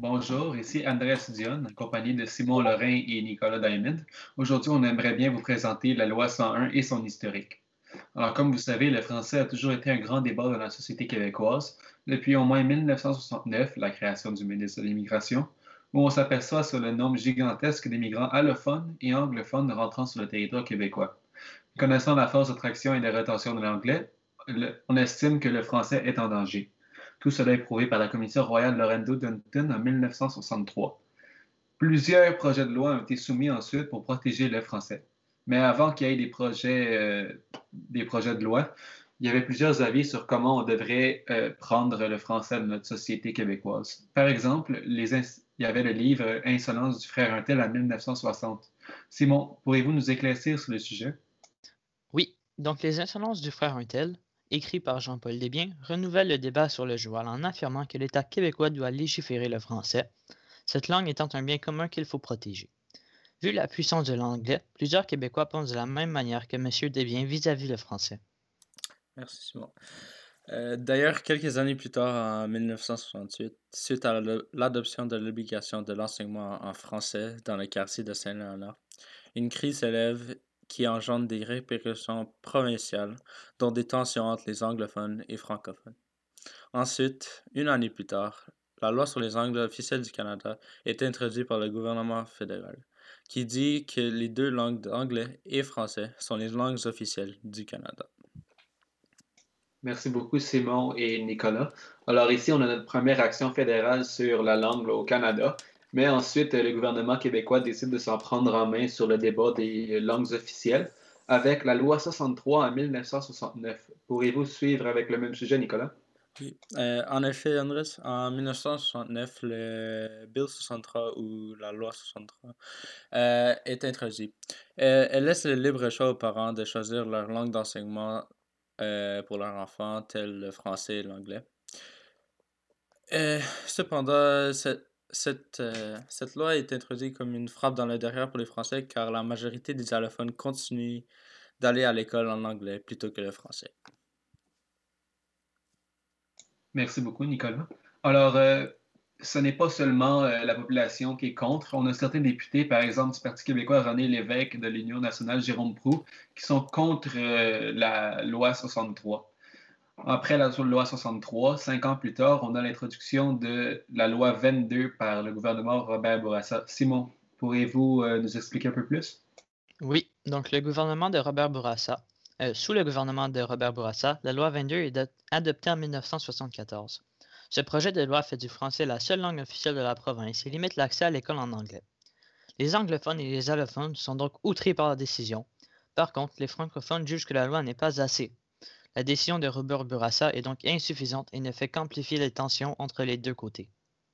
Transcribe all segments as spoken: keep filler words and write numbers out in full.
Bonjour, ici Andrés Dion, accompagné de Simon Lorrain et Nicolas Diamond. Aujourd'hui, on aimerait bien vous présenter la loi cent un et son historique. Alors, comme vous savez, le français a toujours été un grand débat dans la société québécoise depuis au moins mille neuf cent soixante-neuf, la création du ministre de l'Immigration, où on s'aperçoit sur le nombre gigantesque d'immigrants allophones et anglophones rentrant sur le territoire québécois. Connaissant la force d'attraction et de rétention de l'anglais, le- on estime que le français est en danger. Tout cela est prouvé par la commission royale Lorenzo Dunton en mille neuf cent soixante-trois. Plusieurs projets de loi ont été soumis ensuite pour protéger le français. Mais avant qu'il y ait des projets, euh, des projets de loi, il y avait plusieurs avis sur comment on devrait euh, prendre le français de notre société québécoise. Par exemple, les ins- il y avait le livre Insolence du frère Untel en mille neuf cent soixante. Simon, pourriez-vous nous éclaircir sur le sujet? Oui, donc les insolences du frère Untel, écrit par Jean-Paul Desbiens, renouvellent le débat sur le joual en affirmant que l'État québécois doit légiférer le français, cette langue étant un bien commun qu'il faut protéger. Vu la puissance de l'anglais, plusieurs Québécois pensent de la même manière que M. Desbiens vis-à-vis le français. Merci Simon. Euh, D'ailleurs, quelques années plus tard, en mille neuf cent soixante-huit, suite à la- l'adoption de l'obligation de l'enseignement en français dans le quartier de Saint-Léonard, une crise s'élève qui engendre des répercussions provinciales, dont des tensions entre les anglophones et francophones. Ensuite, une année plus tard, la loi sur les langues officielles du Canada est introduite par le gouvernement fédéral, qui dit que les deux langues anglais et français sont les langues officielles du Canada. Merci beaucoup, Simon et Nicolas. Alors ici, on a notre première action fédérale sur la langue au Canada, mais ensuite, le gouvernement québécois décide de s'en prendre en main sur le débat des langues officielles avec la loi soixante-trois en mille neuf cent soixante-neuf. Pourriez-vous suivre avec le même sujet, Nicolas? Oui. Euh, en effet, Andrés, en mille neuf cent soixante-neuf, le Bill soixante-trois ou la loi soixante-trois euh, est introduit. Euh, elle laisse le libre choix aux parents de choisir leur langue d'enseignement euh, pour leurs enfants, tel le français et l'anglais. Euh, Cependant, cette, cette, euh, cette loi est introduite comme une frappe dans le derrière pour les Français car la majorité des allophones continuent d'aller à l'école en anglais plutôt que le français. Merci beaucoup, Nicolas. Alors, euh, ce n'est pas seulement euh, la population qui est contre. On a certains députés, par exemple du Parti québécois, René Lévesque, de l'Union nationale, Jérôme Proulx, qui sont contre euh, la loi soixante-trois. Après la loi soixante-trois, cinq ans plus tard, on a l'introduction de la loi vingt-deux par le gouvernement Robert Bourassa. Simon, pourriez-vous euh, nous expliquer un peu plus? Oui, donc le gouvernement de Robert Bourassa, euh, sous le gouvernement de Robert Bourassa, la loi vingt-deux est do- adoptée en mille neuf cent soixante-quatorze. Ce projet de loi fait du français la seule langue officielle de la province et limite l'accès à l'école en anglais. Les anglophones et les allophones sont donc outrés par la décision. Par contre, les francophones jugent que la loi n'est pas assez. La décision de Robert Bourassa est donc insuffisante et ne fait qu'amplifier les tensions entre les deux côtés.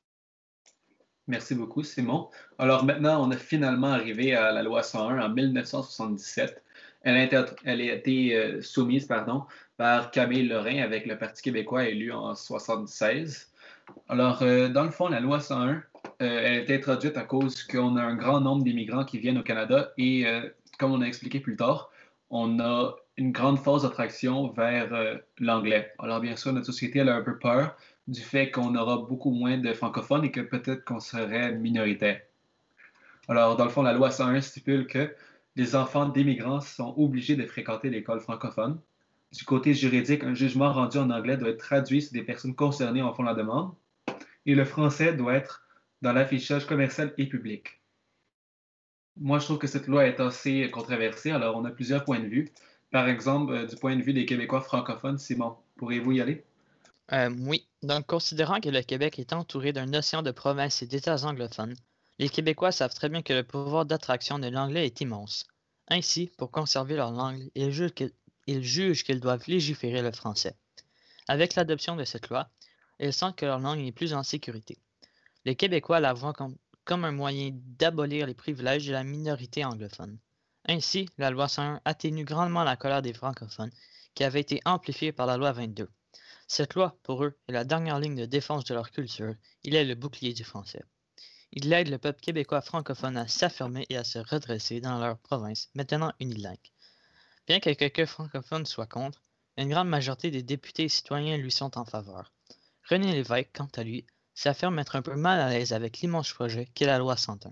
Merci beaucoup, Simon. Alors maintenant, on a finalement arrivé à la loi cent un en mille neuf cent soixante-dix-sept. Elle a été, elle a été euh, soumise pardon, par Camille Lorrain avec le Parti québécois élu en soixante-seize. Alors, euh, dans le fond, la loi cent un, euh, elle a été introduite à cause qu'on a un grand nombre d'immigrants qui viennent au Canada et, euh, comme on a expliqué plus tard, on a une grande force d'attraction vers euh, l'anglais. Alors, bien sûr, notre société elle a un peu peur du fait qu'on aura beaucoup moins de francophones et que peut-être qu'on serait minoritaire. Alors, dans le fond, la loi cent un stipule que les enfants d'immigrants sont obligés de fréquenter l'école francophone. Du côté juridique, un jugement rendu en anglais doit être traduit si des personnes concernées en font la demande et le français doit être dans l'affichage commercial et public. Moi, je trouve que cette loi est assez controversée, alors on a plusieurs points de vue. Par exemple, euh, du point de vue des Québécois francophones, Simon, pourriez-vous y aller? Euh, oui, donc considérant que le Québec est entouré d'un océan de provinces et d'États anglophones, les Québécois savent très bien que le pouvoir d'attraction de l'anglais est immense. Ainsi, pour conserver leur langue, ils jugent qu'ils ils jugent qu'ils doivent légiférer le français. Avec l'adoption de cette loi, ils sentent que leur langue n'est plus en sécurité. Les Québécois la voient comme, comme un moyen d'abolir les privilèges de la minorité anglophone. Ainsi, la loi cent un atténue grandement la colère des francophones, qui avait été amplifiée par la loi vingt-deux. Cette loi, pour eux, est la dernière ligne de défense de leur culture. Il est le bouclier du français. Il aide le peuple québécois francophone à s'affirmer et à se redresser dans leur province, maintenant unilingue. Bien que quelques francophones soient contre, une grande majorité des députés et citoyens lui sont en faveur. René Lévesque, quant à lui, Ça affirme être un peu mal à l'aise avec l'immense projet qu'est la loi cent un.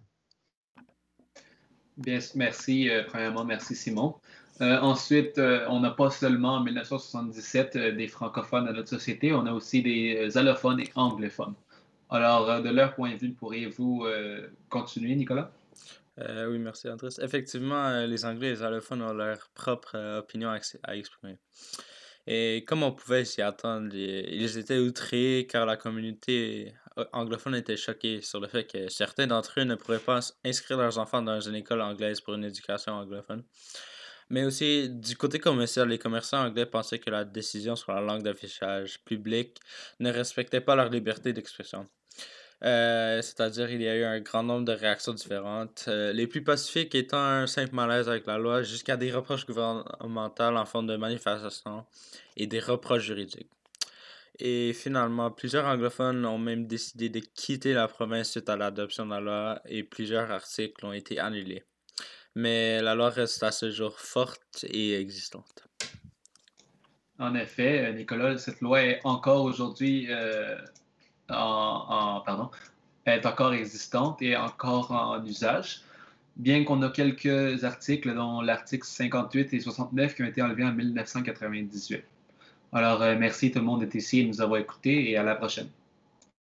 Bien, merci. Euh, premièrement, merci Simon. Euh, ensuite, euh, on n'a pas seulement en mille neuf cent soixante-dix-sept euh, des francophones dans notre société, on a aussi des euh, allophones et anglophones. Alors, euh, de leur point de vue, pourriez-vous euh, continuer, Nicolas? Euh, oui, merci Andrés. Effectivement, euh, les Anglais et les allophones ont leur propre euh, opinion à, ex- à exprimer. Et comme on pouvait s'y attendre, les- ils étaient outrés car la communauté euh, anglophone était choquée sur le fait que certains d'entre eux ne pourraient pas ins- inscrire leurs enfants dans une école anglaise pour une éducation anglophone. Mais aussi, du côté commercial, les commerçants anglais pensaient que la décision sur la langue d'affichage publique ne respectait pas leur liberté d'expression. Euh, c'est-à-dire, il y a eu un grand nombre de réactions différentes, euh, les plus pacifiques étant un simple malaise avec la loi, jusqu'à des reproches gouvernementaux en forme de manifestations et des reproches juridiques. Et finalement, plusieurs anglophones ont même décidé de quitter la province suite à l'adoption de la loi et plusieurs articles ont été annulés. Mais la loi reste à ce jour forte et existante. En effet, euh, Nicolas, cette loi est encore aujourd'hui euh, en, en- pardon, est encore existante et encore en usage, bien qu'on a quelques articles, dont l'article cinquante-huit et soixante-neuf, qui ont été enlevés en mille neuf cent quatre-vingt-dix-huit. Alors, euh, merci tout le monde d'être ici et de nous avoir écoutés et à la prochaine.